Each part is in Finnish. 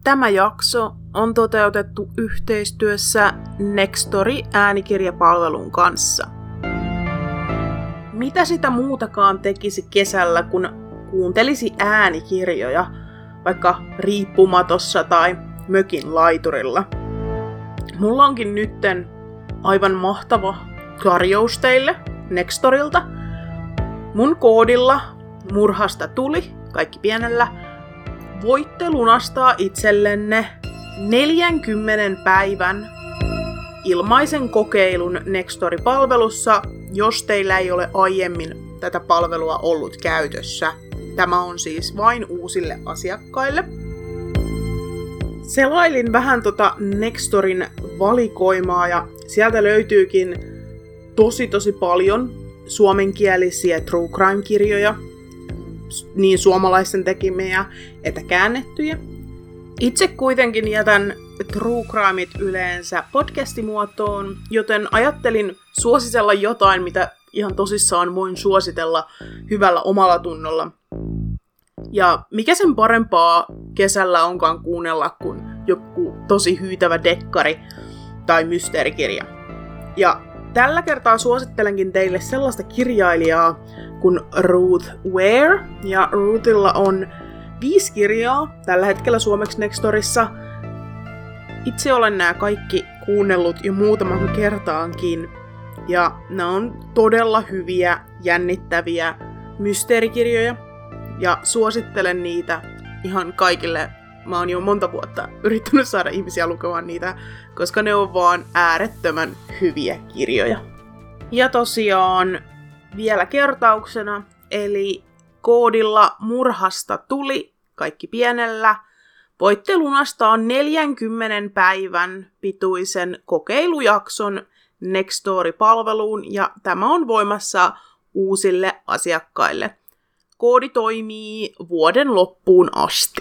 Tämä jakso on toteutettu yhteistyössä Nextory-äänikirjapalvelun kanssa. Mitä sitä muutakaan tekisi kesällä, kun kuuntelisi äänikirjoja, vaikka riippumatossa tai mökin laiturilla? Mulla onkin nytten aivan mahtava tarjous teille Nextorilta. Mun koodilla Murhasta tuli, kaikki pienellä, voitte lunastaa itsellenne 40 päivän ilmaisen kokeilun Nextory-palvelussa, jos teillä ei ole aiemmin tätä palvelua ollut käytössä. Tämä on siis vain uusille asiakkaille. Selailin vähän Nextorin valikoimaa ja sieltä löytyykin tosi paljon suomenkielisiä true crime-kirjoja, niin suomalaisten tekemiä että käännettyjä. Itse kuitenkin jätän true crimeit yleensä podcastimuotoon, joten ajattelin suositella jotain, mitä ihan tosissaan voin suositella hyvällä omalla tunnolla. Ja mikä sen parempaa kesällä onkaan kuunnella kuin joku tosi hyytävä dekkari tai mysteerikirja. Ja tällä kertaa suosittelenkin teille sellaista kirjailijaa kuin Ruth Ware. Ja Ruthilla on 5 kirjaa tällä hetkellä suomeksi Nextorissa. Itse olen nämä kaikki kuunnellut jo muutaman kertaankin. Ja nämä on todella hyviä, jännittäviä mysteerikirjoja. Ja suosittelen niitä ihan kaikille. Mä oon jo monta vuotta yrittänyt saada ihmisiä lukemaan niitä, koska ne on vaan äärettömän hyviä kirjoja. Ja tosiaan vielä kertauksena, eli koodilla Murhasta tuli, kaikki pienellä, voitte lunastaa 40 päivän pituisen kokeilujakson Nextory-palveluun, ja tämä on voimassa uusille asiakkaille. Koodi toimii vuoden loppuun asti.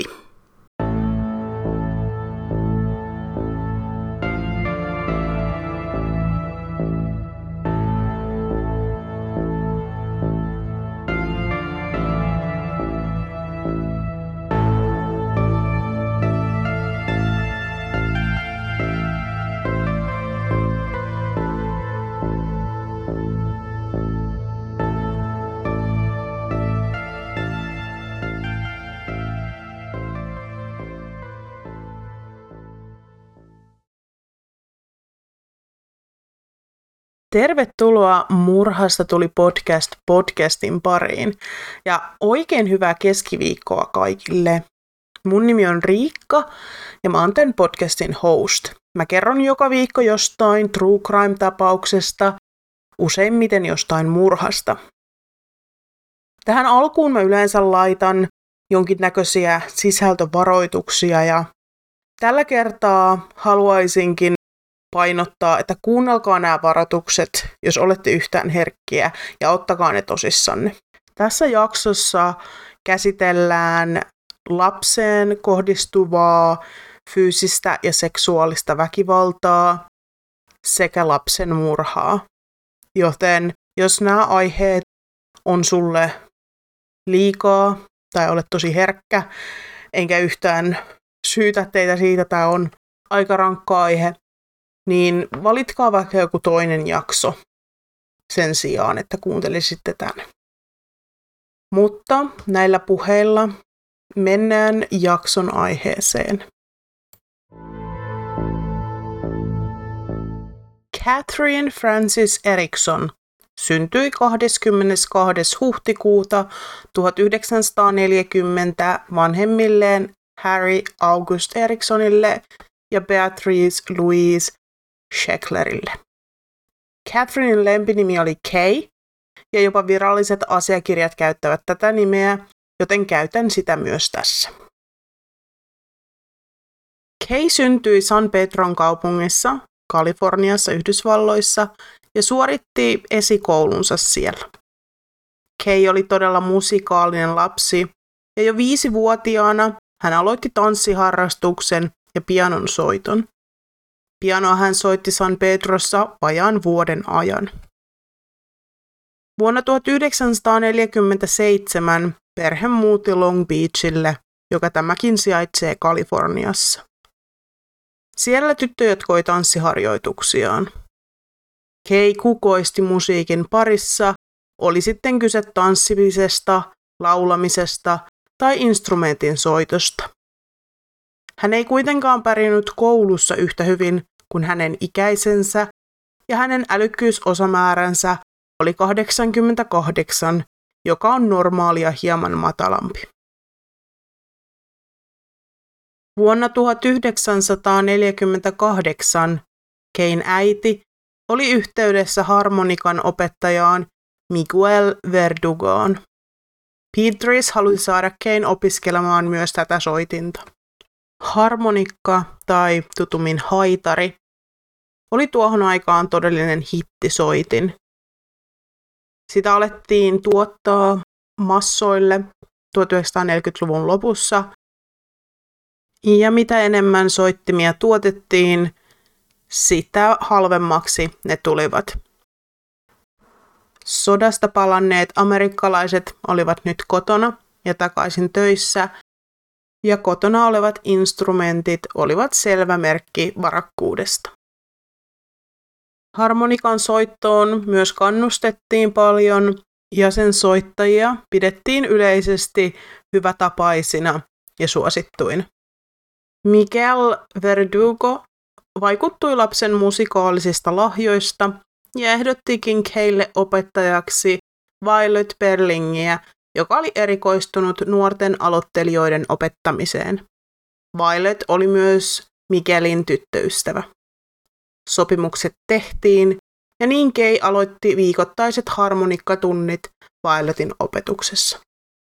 Tervetuloa Murhasta tuli podcastin pariin ja oikein hyvää keskiviikkoa kaikille. Mun nimi on Riikka ja mä oon tämän podcastin host. Mä kerron joka viikko jostain true crime-tapauksesta, useimmiten jostain murhasta. Tähän alkuun mä yleensä laitan jonkinnäköisiä sisältövaroituksia ja tällä kertaa haluaisinkin painottaa, että kuunnelkaa nämä varoitukset, jos olette yhtään herkkiä, ja ottakaa ne tosissanne. Tässä jaksossa käsitellään lapseen kohdistuvaa fyysistä ja seksuaalista väkivaltaa sekä lapsen murhaa. Joten jos nämä aiheet on sulle liikaa tai olet tosi herkkä, enkä yhtään syytä teitä siitä, tämä on aika rankka aihe, niin valitkaa vaikka joku toinen jakso sen sijaan, että kuuntelisitte tämän. Mutta näillä puheilla mennään jakson aiheeseen. Catherine Frances Erickson syntyi 22. huhtikuuta 1940 vanhemmilleen Harry August Ericksonille ja Beatrice Louise Schecklerille. Catherinen lempinimi oli Kay, ja jopa viralliset asiakirjat käyttävät tätä nimeä, joten käytän sitä myös tässä. Kay syntyi San Pedron kaupungissa, Kaliforniassa, Yhdysvalloissa, ja suoritti esikoulunsa siellä. Kay oli todella musikaalinen lapsi, ja jo 5-vuotiaana hän aloitti tanssiharrastuksen ja pianon soiton. Pianoa hän soitti San Pedrossa vajaan vuoden ajan. Vuonna 1947 perhe muutti Long Beachille, joka tämäkin sijaitsee Kaliforniassa. Siellä tyttö jatkoi tanssiharjoituksiaan. Kay kukoisti musiikin parissa, oli sitten kyse tanssimisesta, laulamisesta tai instrumentin soitosta. Hän ei kuitenkaan pärjännyt koulussa yhtä hyvin kuin hänen ikäisensä, ja hänen älykkyysosamääränsä oli 88, joka on normaalia hieman matalampi. Vuonna 1948 Kayn äiti oli yhteydessä harmonikan opettajaan Miguel Verdugoon. Beatrice halusi saada Kayn opiskelemaan myös tätä soitinta. Harmonikka, tai tutummin haitari, oli tuohon aikaan todellinen hittisoitin. Sitä alettiin tuottaa massoille 1940-luvun lopussa, ja mitä enemmän soittimia tuotettiin, sitä halvemmaksi ne tulivat. Sodasta palanneet amerikkalaiset olivat nyt kotona ja takaisin töissä, ja kotona olevat instrumentit olivat selvä merkki varakkuudesta. Harmonikan soittoon myös kannustettiin paljon, ja sen soittajia pidettiin yleisesti hyvätapaisina ja suosittuina. Miguel Verdugo vaikuttui lapsen musikaalisista lahjoista ja ehdottikin Kaylle opettajaksi Violet Berlingiä, joka oli erikoistunut nuorten aloittelijoiden opettamiseen. Violet oli myös Miguelin tyttöystävä. Sopimukset tehtiin, ja niin Kay aloitti viikoittaiset harmonikkatunnit Violetin opetuksessa.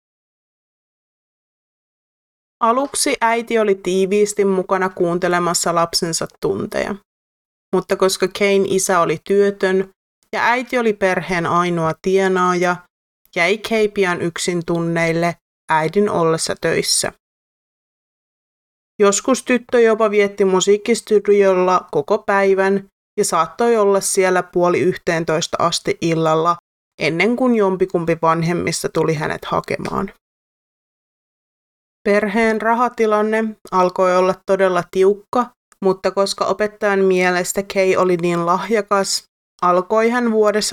Aluksi äiti oli tiiviisti mukana kuuntelemassa lapsensa tunteja, mutta koska Kayn isä oli työtön ja äiti oli perheen ainoa tienaaja, jäi Kay pian yksin tunneille äidin ollessa töissä. Joskus tyttö jopa vietti musiikkistudiolla koko päivän ja saattoi olla siellä 10:30 asti illalla ennen kuin jompikumpi vanhemmista tuli hänet hakemaan. Perheen rahatilanne alkoi olla todella tiukka, mutta koska opettajan mielestä Kay oli niin lahjakas, alkoi hän vuodessa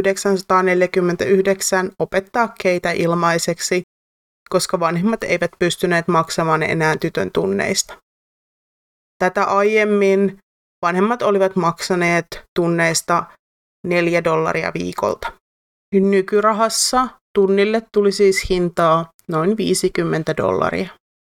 1949 opettaa Kaytä ilmaiseksi, koska vanhemmat eivät pystyneet maksamaan enää tytön tunneista. Tätä aiemmin vanhemmat olivat maksaneet tunneista $4 viikolta. Nykyrahassa tunnille tuli siis hintaa noin $50.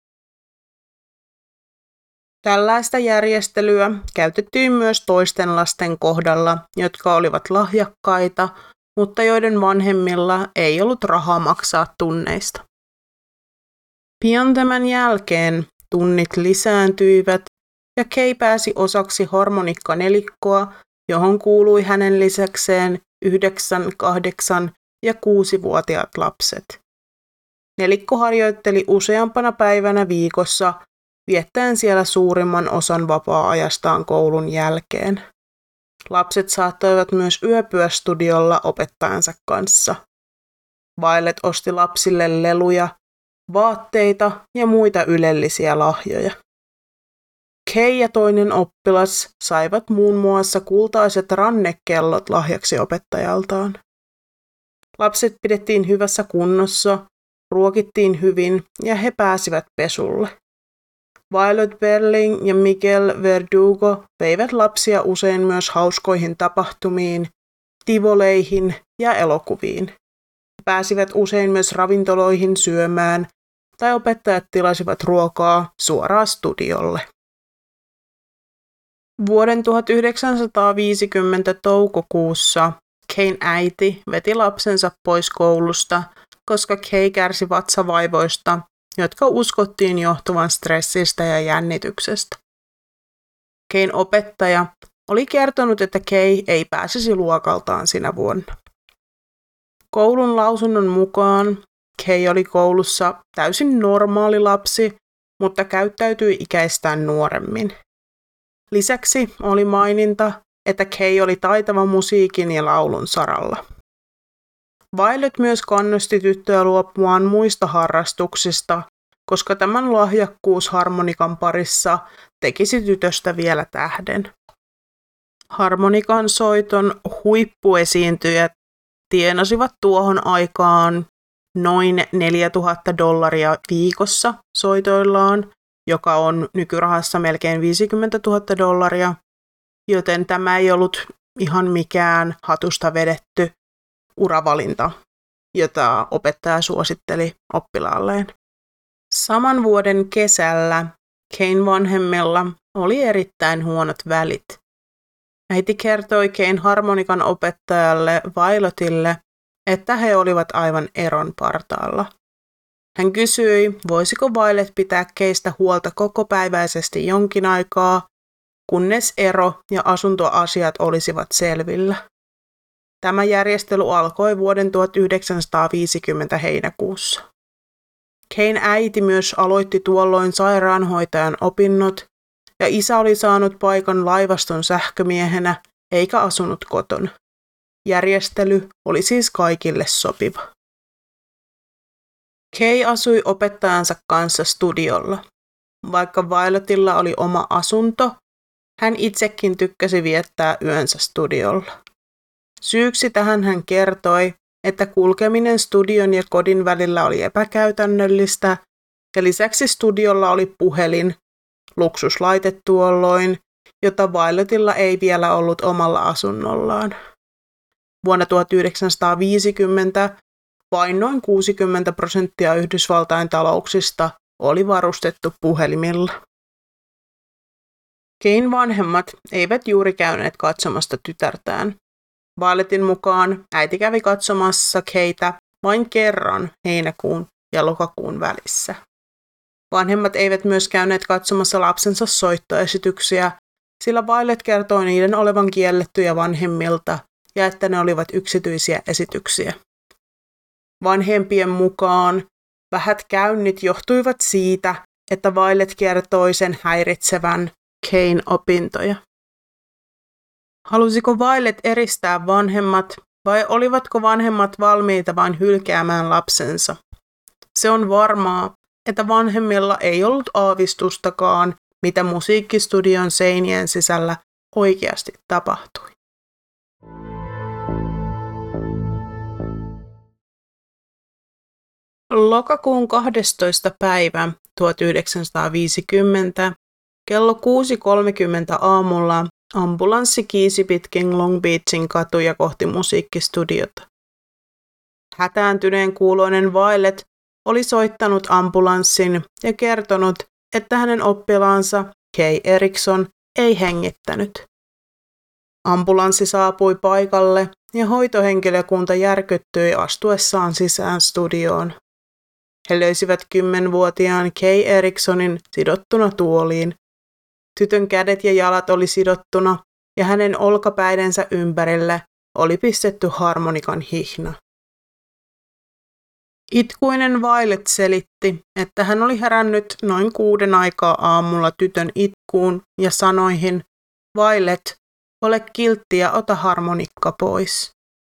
Tällaista järjestelyä käytettiin myös toisten lasten kohdalla, jotka olivat lahjakkaita, mutta joiden vanhemmilla ei ollut rahaa maksaa tunneista. Pian tämän jälkeen tunnit lisääntyivät ja Kay pääsi osaksi harmonikkanelikkoa, johon kuului hänen lisäkseen 9-, 8- ja 6-vuotiaat lapset. Nelikko harjoitteli useampana päivänä viikossa, viettäen siellä suurimman osan vapaa-ajastaan koulun jälkeen. Lapset saattoivat myös yöpyä studiolla opettajansa kanssa. Violet osti lapsille leluja, vaatteita ja muita ylellisiä lahjoja. Kay ja toinen oppilas saivat muun muassa kultaiset rannekellot lahjaksi opettajaltaan. Lapset pidettiin hyvässä kunnossa, ruokittiin hyvin ja he pääsivät pesulle. Violet Berling ja Miguel Verdugo veivät lapsia usein myös hauskoihin tapahtumiin, tivoleihin ja elokuviin. He pääsivät usein myös ravintoloihin syömään tai opettajat tilasivat ruokaa suoraan studiolle. Vuoden 1950 toukokuussa Kayn äiti veti lapsensa pois koulusta, koska Kay kärsi vatsavaivoista, jotka uskottiin johtuvan stressistä ja jännityksestä. Kayn opettaja oli kertonut, että Kay ei pääsisi luokaltaan sinä vuonna. Koulun lausunnon mukaan Kay oli koulussa täysin normaali lapsi, mutta käyttäytyi ikäistään nuoremmin. Lisäksi oli maininta, että Kay oli taitava musiikin ja laulun saralla. Violet myös kannusti tyttöä luopumaan muista harrastuksista, koska tämän lahjakkuus harmonikan parissa tekisi tytöstä vielä tähden. Harmonikan soiton huippuesiintyjät tienasivat tuohon aikaan noin $4,000 viikossa soitoillaan, joka on nykyrahassa melkein $50,000, joten tämä ei ollut ihan mikään hatusta vedetty uravalinta, jota opettaja suositteli oppilaalleen. Saman vuoden kesällä Kayn vanhemmilla oli erittäin huonot välit. Äiti kertoi Kayn harmonikan opettajalle Violetille, että he olivat aivan eron partaalla. Hän kysyi, voisiko Violet pitää Kaystä huolta kokopäiväisesti jonkin aikaa, kunnes ero- ja asuntoasiat olisivat selvillä. Tämä järjestely alkoi vuoden 1950 heinäkuussa. Kayn äiti myös aloitti tuolloin sairaanhoitajan opinnot, ja isä oli saanut paikan laivaston sähkömiehenä eikä asunut kotona. Järjestely oli siis kaikille sopiva. Kay asui opettajansa kanssa studiolla. Vaikka Violetilla oli oma asunto, hän itsekin tykkäsi viettää yönsä studiolla. Syyksi tähän hän kertoi, että kulkeminen studion ja kodin välillä oli epäkäytännöllistä, ja lisäksi studiolla oli puhelin, luksuslaite tuolloin, jota Violetilla ei vielä ollut omalla asunnollaan. Vuonna 1950 vain noin 60% Yhdysvaltain talouksista oli varustettu puhelimilla. Kayn vanhemmat eivät juuri käyneet katsomasta tytärtään. Violetin mukaan äiti kävi katsomassa Kaytä vain kerran heinäkuun ja lokakuun välissä. Vanhemmat eivät myös käyneet katsomassa lapsensa soittoesityksiä, sillä Violet kertoi niiden olevan kiellettyjä vanhemmilta ja että ne olivat yksityisiä esityksiä. Vanhempien mukaan vähät käynnit johtuivat siitä, että Violet kertoi sen häiritsevän Kayn opintoja. Halusiko Violet eristää vanhemmat vai olivatko vanhemmat valmiita vain hylkäämään lapsensa? Se on varmaa, että vanhemmilla ei ollut aavistustakaan, mitä musiikkistudion seinien sisällä oikeasti tapahtui. Lokakuun 12. päivä 1950 kello 6.30 aamulla ambulanssi kiisi pitkin Long Beachin katuja kohti musiikkistudiota. Hätääntyneen kuuloinen Violet oli soittanut ambulanssin ja kertonut, että hänen oppilaansa Kay Erickson ei hengittänyt. Ambulanssi saapui paikalle ja hoitohenkilökunta järkyttyi astuessaan sisään studioon. He löysivät 10-vuotiaan Kay Ericksonin sidottuna tuoliin. Tytön kädet ja jalat oli sidottuna ja hänen olkapäidensä ympärille oli pistetty harmonikan hihna. Itkuinen Violet selitti, että hän oli herännyt noin 6 aikaa aamulla tytön itkuun ja sanoihin, Violet, ole kiltti ja ota harmonikka pois.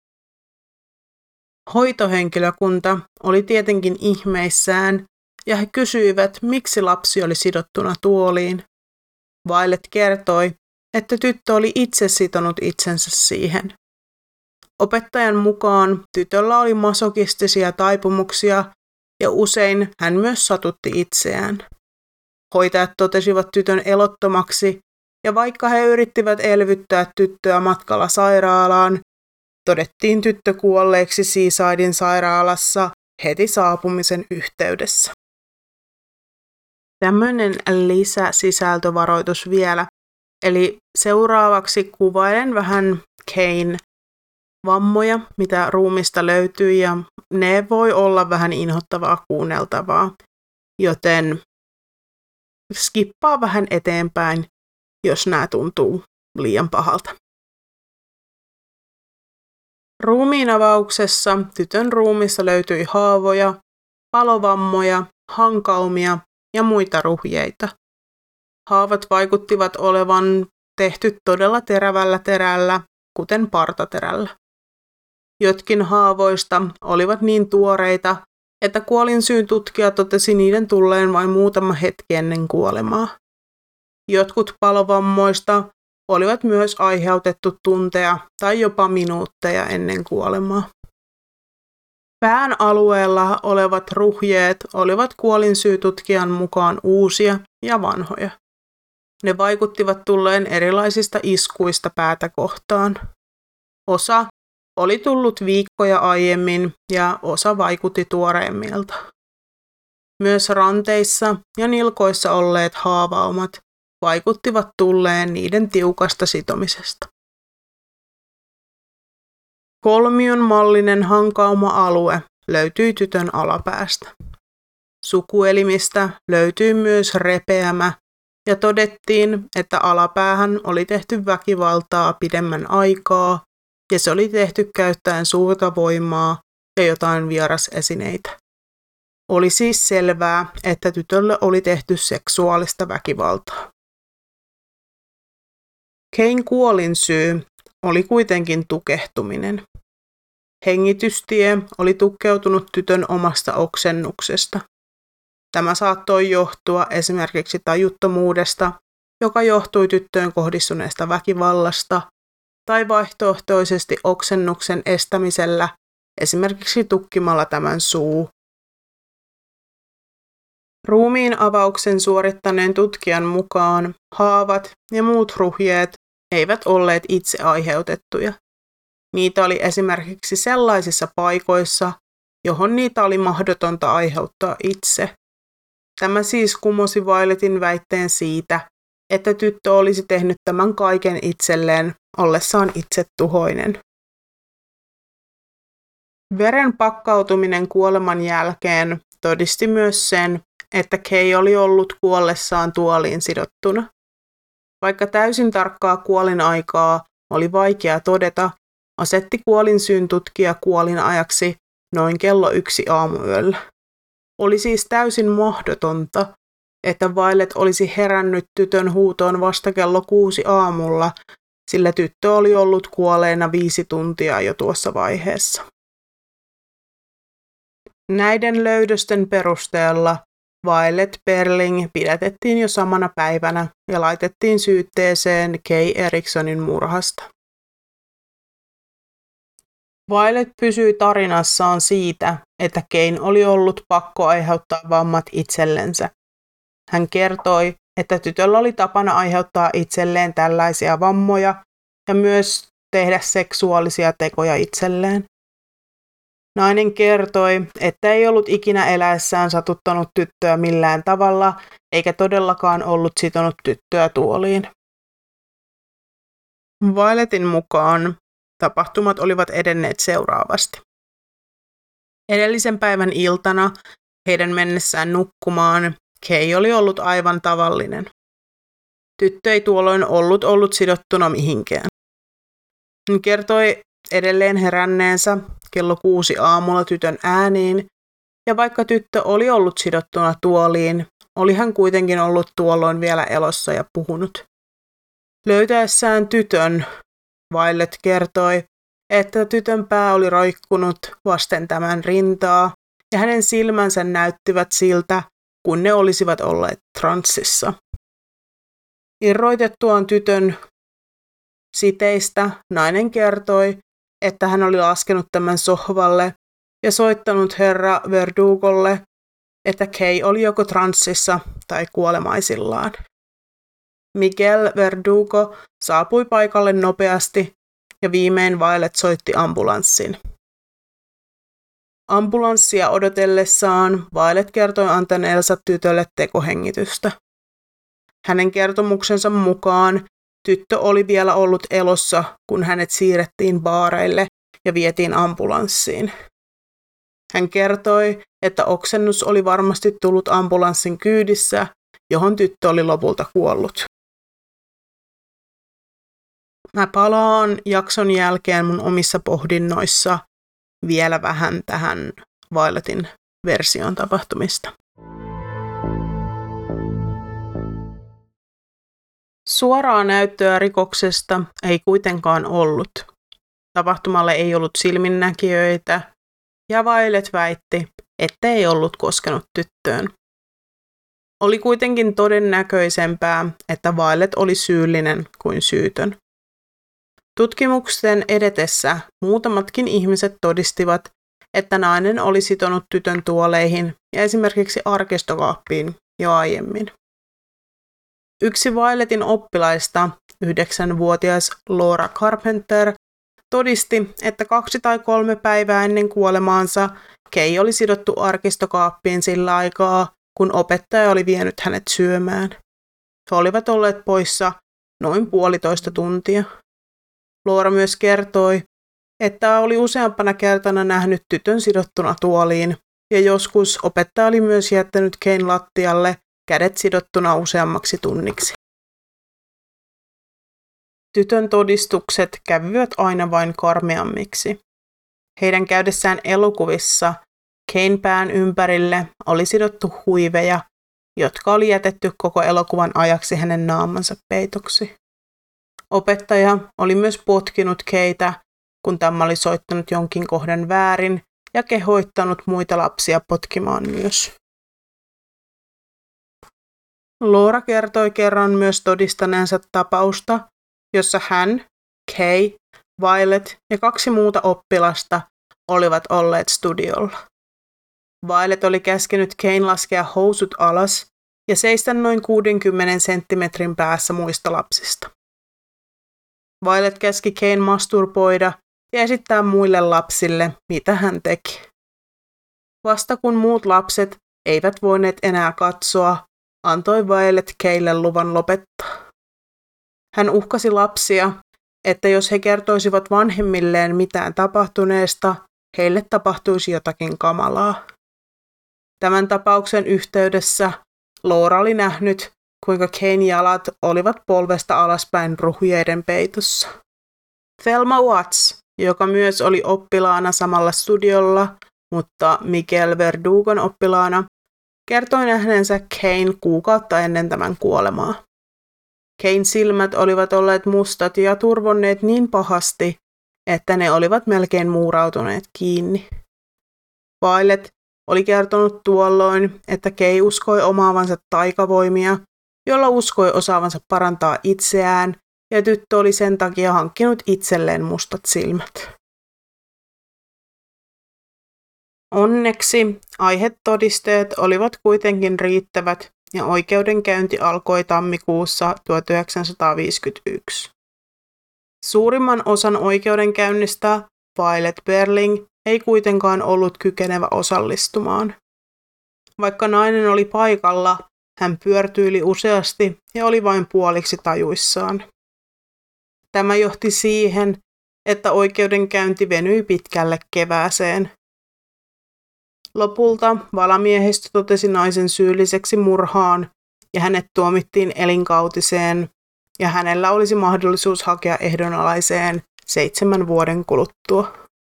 Hoitohenkilökunta oli tietenkin ihmeissään ja he kysyivät, miksi lapsi oli sidottuna tuoliin. Violet kertoi, että tyttö oli itse sitonut itsensä siihen. Opettajan mukaan tytöllä oli masokistisia taipumuksia ja usein hän myös satutti itseään. Hoitajat totesivat tytön elottomaksi ja vaikka he yrittivät elvyttää tyttöä matkalla sairaalaan, todettiin tyttö kuolleeksi Seasidein sairaalassa heti saapumisen yhteydessä. Tämmöinen lisäsisältövaroitus vielä. Eli seuraavaksi kuvailen vähän Kayn vammoja, mitä ruumista löytyy, ja ne voi olla vähän inhottavaa kuunneltavaa, joten skippaa vähän eteenpäin, jos nämä tuntuu liian pahalta. Ruumiin avauksessa tytön ruumissa löytyi haavoja, palovammoja, hankaumia ja muita ruhjeita. Haavat vaikuttivat olevan tehty todella terävällä terällä, kuten partaterällä. Jotkin haavoista olivat niin tuoreita, että kuolinsyyn tutkija totesi niiden tulleen vain muutama hetki ennen kuolemaa. Jotkut palovammoista olivat myös aiheutettu tunteja tai jopa minuutteja ennen kuolemaa. Pään alueella olevat ruhjeet olivat kuolinsyytutkijan mukaan uusia ja vanhoja. Ne vaikuttivat tulleen erilaisista iskuista päätä kohtaan. Osa oli tullut viikkoja aiemmin ja osa vaikutti tuoreemmilta. Myös ranteissa ja nilkoissa olleet haavaumat vaikuttivat tulleen niiden tiukasta sitomisesta. Kolmion mallinen hankauma-alue löytyi tytön alapäästä. Sukuelimistä löytyi myös repeämä ja todettiin, että alapäähän oli tehty väkivaltaa pidemmän aikaa ja se oli tehty käyttäen suurta voimaa ja jotain vierasesineitä. Oli siis selvää, että tytölle oli tehty seksuaalista väkivaltaa. Cain kuolinsyy oli kuitenkin tukehtuminen. Hengitystie oli tukkeutunut tytön omasta oksennuksesta. Tämä saattoi johtua esimerkiksi tajuttomuudesta, joka johtui tyttöön kohdistuneesta väkivallasta, tai vaihtoehtoisesti oksennuksen estämisellä, esimerkiksi tukkimalla tämän suu. Ruumiin avauksen suorittaneen tutkijan mukaan haavat ja muut ruhjeet eivät olleet itse aiheutettuja. Niitä oli esimerkiksi sellaisissa paikoissa, johon niitä oli mahdotonta aiheuttaa itse. Tämä siis kumosi Violetin väitteen siitä, että tyttö olisi tehnyt tämän kaiken itselleen ollessaan itsetuhoinen. Veren pakkautuminen kuoleman jälkeen todisti myös sen, että Kay oli ollut kuollessaan tuoliin sidottuna. Vaikka täysin tarkkaa kuolinaikaa oli vaikea todeta, asetti kuolinsyyn tutkija kuolinajaksi noin kello 1 aamuyöllä. Oli siis täysin mahdotonta, että Violet olisi herännyt tytön huutoon vasta kello 6 aamulla, sillä tyttö oli ollut kuolleena 5 tuntia jo tuossa vaiheessa. Näiden löydösten perusteella Violet Perling pidätettiin jo samana päivänä ja laitettiin syytteeseen Kay Eriksonin murhasta. Violet pysyi tarinassaan siitä, että Cain oli ollut pakko aiheuttaa vammat itsellensä. Hän kertoi, että tytöllä oli tapana aiheuttaa itselleen tällaisia vammoja ja myös tehdä seksuaalisia tekoja itselleen. Nainen kertoi, että ei ollut ikinä eläessään satuttanut tyttöä millään tavalla, eikä todellakaan ollut sitonut tyttöä tuoliin. Violetin mukaan tapahtumat olivat edenneet seuraavasti. Edellisen päivän iltana heidän mennessään nukkumaan Kay oli ollut aivan tavallinen. Tyttö ei tuolloin ollut sidottuna mihinkään. Hän kertoi edelleen heränneensä kello 6 aamulla tytön ääniin, ja vaikka tyttö oli ollut sidottuna tuoliin, oli hän kuitenkin ollut tuolloin vielä elossa ja puhunut. Löytäessään tytön, Violet kertoi, että tytön pää oli roikkunut vasten tämän rintaa, ja hänen silmänsä näyttivät siltä, kun ne olisivat olleet transsissa. Irroitettuaan tytön siteistä nainen kertoi, että hän oli laskenut tämän sohvalle ja soittanut herra Verdugolle, että Kay oli joko transsissa tai kuolemaisillaan. Miguel Verdugo saapui paikalle nopeasti ja viimein Violet soitti ambulanssin. Ambulanssia odotellessaan Violet kertoi antaneensa tytölle tekohengitystä. Hänen kertomuksensa mukaan tyttö oli vielä ollut elossa, kun hänet siirrettiin baareille ja vietiin ambulanssiin. Hän kertoi, että oksennus oli varmasti tullut ambulanssin kyydissä, johon tyttö oli lopulta kuollut. Mä palaan jakson jälkeen mun omissa pohdinnoissa vielä vähän tähän Violetin versioon tapahtumista. Suoraa näyttöä rikoksesta ei kuitenkaan ollut. Tapahtumalle ei ollut silminnäkijöitä, ja Violet väitti, ettei ollut koskenut tyttöön. Oli kuitenkin todennäköisempää, että Violet oli syyllinen kuin syytön. Tutkimuksen edetessä muutamatkin ihmiset todistivat, että nainen oli sitonut tytön tuoleihin ja esimerkiksi arkistokaappiin jo aiemmin. Yksi Violetin oppilaista, 9-vuotias Laura Carpenter, todisti, että 2 tai 3 päivää ennen kuolemaansa Kay oli sidottu arkistokaappiin sillä aikaa, kun opettaja oli vienyt hänet syömään. He olivat olleet poissa noin 1,5 tuntia. Laura myös kertoi, että oli useampana kertana nähnyt tytön sidottuna tuoliin, ja joskus opettaja oli myös jättänyt Kayn lattialle kädet sidottuna useammaksi tunniksi. Tytön todistukset kävivät aina vain karmeammiksi. Heidän käydessään elokuvissa Kayn pään ympärille oli sidottu huiveja, jotka oli jätetty koko elokuvan ajaksi hänen naamansa peitoksi. Opettaja oli myös potkinut Kaytä, kun tämä oli soittanut jonkin kohdan väärin ja kehoittanut muita lapsia potkimaan myös. Laura kertoi kerran myös todistaneensa tapausta, jossa hän, Kay, Violet ja 2 muuta oppilasta olivat olleet studiolla. Violet oli käskenyt Kayn laskea housut alas ja seistä noin 60 senttimetrin päässä muista lapsista. Violet käski Kayn masturboida ja esittää muille lapsille, mitä hän teki. Vasta kun muut lapset eivät voineet enää katsoa, antoi Violet Kaylle luvan lopettaa. Hän uhkasi lapsia, että jos he kertoisivat vanhemmilleen mitään tapahtuneesta, heille tapahtuisi jotakin kamalaa. Tämän tapauksen yhteydessä Laura oli nähnyt, kuinka Kayn jalat olivat polvesta alaspäin ruhjeiden peitossa. Thelma Watts, joka myös oli oppilaana samalla studiolla, mutta Miguel Verdugon oppilaana, kertoi nähneensä Kayn kuukautta ennen tämän kuolemaa. Kayn silmät olivat olleet mustat ja turvonneet niin pahasti, että ne olivat melkein muurautuneet kiinni. Violet oli kertonut tuolloin, että Kay uskoi omaavansa taikavoimia, jolla uskoi osaavansa parantaa itseään, ja tyttö oli sen takia hankkinut itselleen mustat silmät. Onneksi aihetodisteet olivat kuitenkin riittävät, ja oikeudenkäynti alkoi tammikuussa 1951. Suurimman osan oikeudenkäynnistä Violet Berling ei kuitenkaan ollut kykenevä osallistumaan. Vaikka nainen oli paikalla, hän pyörtyili useasti ja oli vain puoliksi tajuissaan. Tämä johti siihen, että oikeudenkäynti venyi pitkälle kevääseen. Lopulta valamiehistö totesi naisen syylliseksi murhaan ja hänet tuomittiin elinkautiseen ja hänellä olisi mahdollisuus hakea ehdonalaiseen 7 vuoden kuluttua.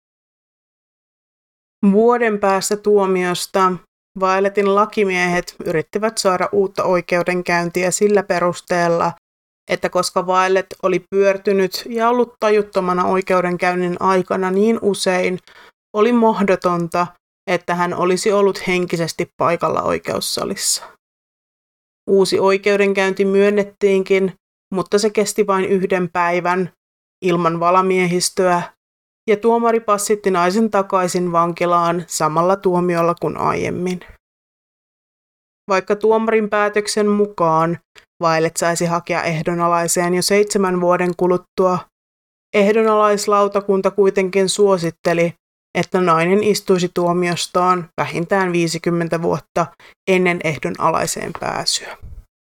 Vuoden päästä tuomiosta Violetin lakimiehet yrittivät saada uutta oikeudenkäyntiä sillä perusteella, että koska Violet oli pyörtynyt ja ollut tajuttomana oikeudenkäynnin aikana niin usein, oli mahdotonta, että hän olisi ollut henkisesti paikalla oikeussalissa. Uusi oikeudenkäynti myönnettiinkin, mutta se kesti vain 1 päivän ilman valamiehistöä, ja tuomari passitti naisen takaisin vankilaan samalla tuomiolla kuin aiemmin. Vaikka tuomarin päätöksen mukaan Violet saisi hakea ehdonalaiseen jo 7 vuoden kuluttua, ehdonalaislautakunta kuitenkin suositteli, että nainen istuisi tuomiostaan vähintään 50 vuotta ennen ehdonalaiseen pääsyä.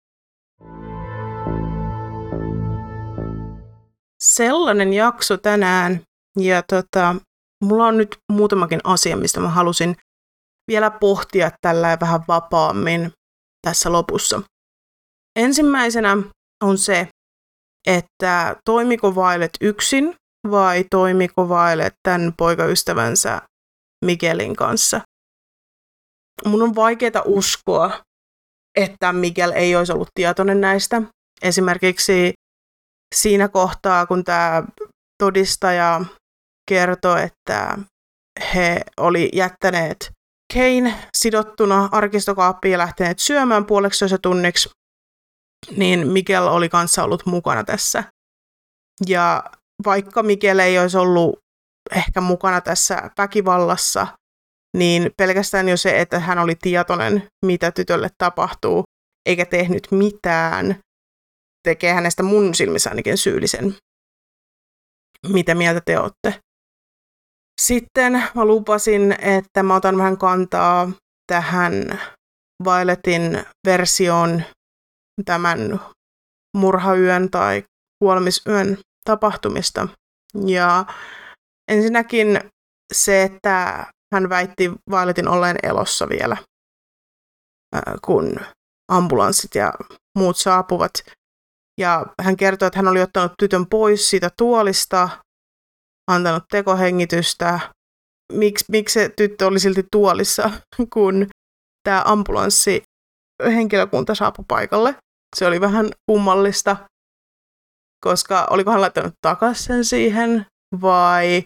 Sellainen jakso tänään. Ja mulla on nyt muutamakin asia, mistä mä halusin vielä pohtia tällä vähän vapaammin tässä lopussa. Ensimmäisenä on se, että toimiko Violet yksin vai toimiko Violet tämän poikaystävänsä Miguelin kanssa. Mun on vaikeaa uskoa, että Miguel ei olisi ollut tietoinen näistä. Esimerkiksi siinä kohtaa, kun tämä todistaja kertoi, että he oli jättäneet Kane sidottuna arkistokaappiin ja lähteneet syömään puoleksi tunniksi, niin Miguel oli kanssa ollut mukana tässä. Ja vaikka Miguel ei olisi ollut ehkä mukana tässä väkivallassa, niin pelkästään jo se, että hän oli tietoinen, mitä tytölle tapahtuu, eikä tehnyt mitään, tekee hänestä mun silmissä ainakin syyllisen. Mitä mieltä te olette? Sitten mä lupasin, että mä otan vähän kantaa tähän Violetin versioon tämän murhayön tai kuolemisyön tapahtumista. Ja ensinnäkin se, että hän väitti Violetin olleen elossa vielä, kun ambulanssit ja muut saapuvat. Ja hän kertoi, että hän oli ottanut tytön pois siitä tuolista, antanut tekohengitystä. Miksi se tyttö oli silti tuolissa, kun tämä ambulanssihenkilökunta saapui paikalle? Se oli vähän kummallista, koska oliko hän laittanut takaisin sen siihen vai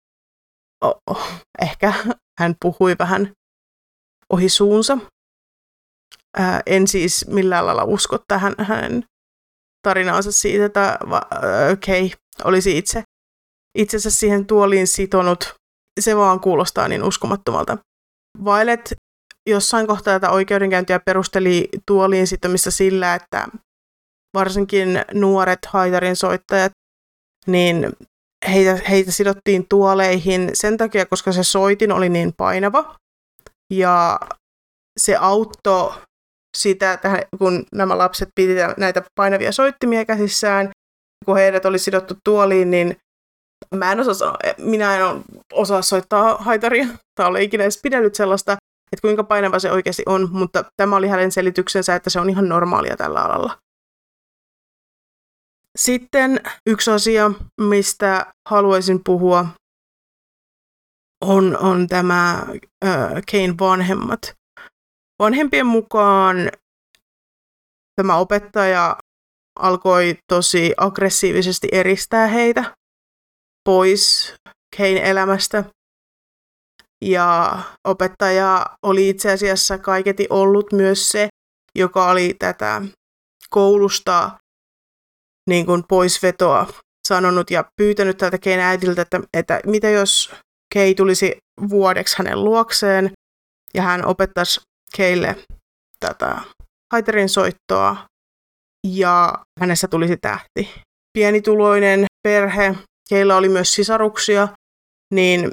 ehkä hän puhui vähän ohi suunsa. En siis millään lailla usko tähän hänen tarinaansa siitä, että Kay olisi itsensä siihen tuoliin sitonut. Se vaan kuulostaa niin uskomattomalta. Violet jossain kohtaa tätä oikeudenkäyntiä perusteli tuoliin sitomista sillä, että varsinkin nuoret haitarin soittajat, niin heitä sidottiin tuoleihin sen takia, koska se soitin oli niin painava. Ja se auttoi sitä, kun nämä lapset piti näitä painavia soittimia käsissään, kun heidät oli sidottu tuoliin, niin minä en osaa soittaa haitaria, tai ole ikinä edes pidellyt sellaista, että kuinka painava se oikeasti on, mutta tämä oli hänen selityksensä, että se on ihan normaalia tällä alalla. Sitten yksi asia, mistä haluaisin puhua, on tämä Kayn vanhemmat. Vanhempien mukaan tämä opettaja alkoi tosi aggressiivisesti eristää heitä pois Kayn elämästä. Ja opettaja oli itse asiassa kaiketi ollut myös se, joka oli tätä koulusta niin kuin poisvetoa sanonut ja pyytänyt tältä Kayn äidiltä, että mitä jos Kay tulisi vuodeksi hänen luokseen ja hän opettaisi Kaylle tätä haitarin soittoa ja hänessä tulisi tähti. Pienituloinen perhe, Kaylla oli myös sisaruksia, niin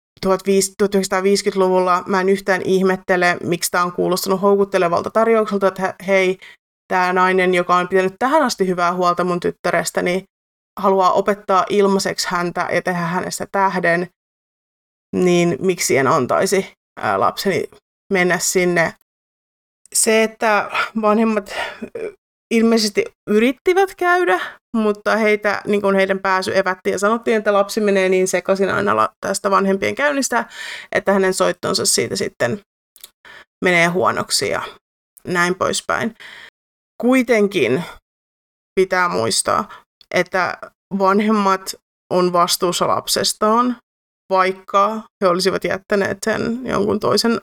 1950-luvulla mä en yhtään ihmettele, miksi tämä on kuulostanut houkuttelevalta tarjoukselta, että hei, tämä nainen, joka on pitänyt tähän asti hyvää huolta mun tyttärestäni, haluaa opettaa ilmaiseksi häntä ja tehdä hänestä tähden, niin miksi en antaisi lapseni mennä sinne. Se, että vanhemmat ilmeisesti yrittivät käydä, mutta heidän pääsy evättiin ja sanottiin, että lapsi menee niin sekaisin aina tästä vanhempien käynnistä, että hänen soittonsa siitä sitten menee huonoksi ja näin poispäin. Kuitenkin pitää muistaa, että vanhemmat on vastuussa lapsestaan, vaikka he olisivat jättäneet sen jonkun toisen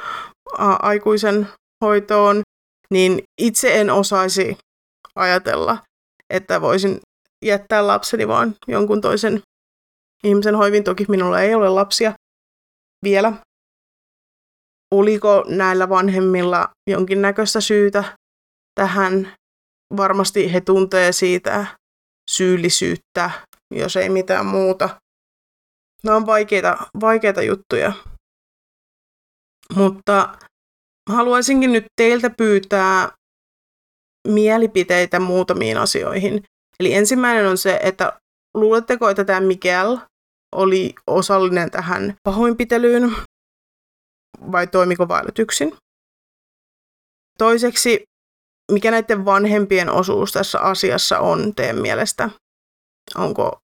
aikuisen hoitoon, niin itse en osaisi ajatella, että voisin jättää lapseni vaan jonkun toisen ihmisen hoiviin. Toki minulla ei ole lapsia vielä. Oliko näillä vanhemmilla jonkinnäköistä syytä tähän? Varmasti he tuntee siitä syyllisyyttä, jos ei mitään muuta. Nämä on vaikeita juttuja. Mutta haluaisinkin nyt teiltä pyytää mielipiteitä muutamiin asioihin. Eli ensimmäinen on se, että luuletteko, että tämä Miguel oli osallinen tähän pahoinpitelyyn vai toimiko Violet yksin? Toiseksi, mikä näiden vanhempien osuus tässä asiassa on teidän mielestä? Onko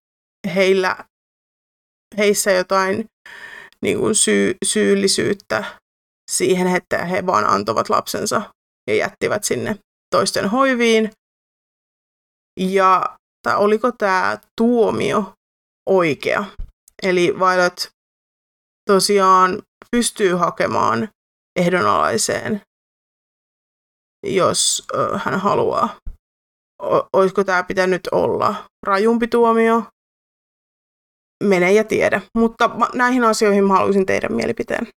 heissä jotain niin kuin syyllisyyttä siihen, että he vaan antoivat lapsensa ja jättivät sinne toisten hoiviin? Ja oliko tämä tuomio oikea? Eli Violet tosiaan pystyy hakemaan ehdonalaiseen, jos hän haluaa. Olisiko tämä pitänyt olla rajumpi tuomio? Mene ja tiedä. Mutta näihin asioihin mä haluaisin teidän mielipiteen.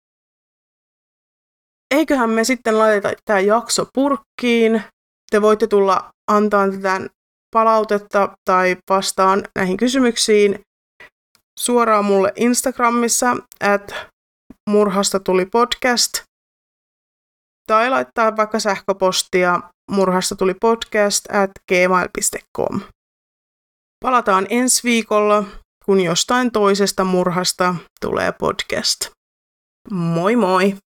Eiköhän me sitten laiteta tämä jakso purkkiin. Te voitte tulla antaa tätä palautetta tai vastaan näihin kysymyksiin suoraan mulle Instagramissa @murhastatulipodcast tai laittaa vaikka sähköpostia murhastatulipodcast@gmail.com. Palataan ensi viikolla, kun jostain toisesta murhasta tulee podcast. Moi moi!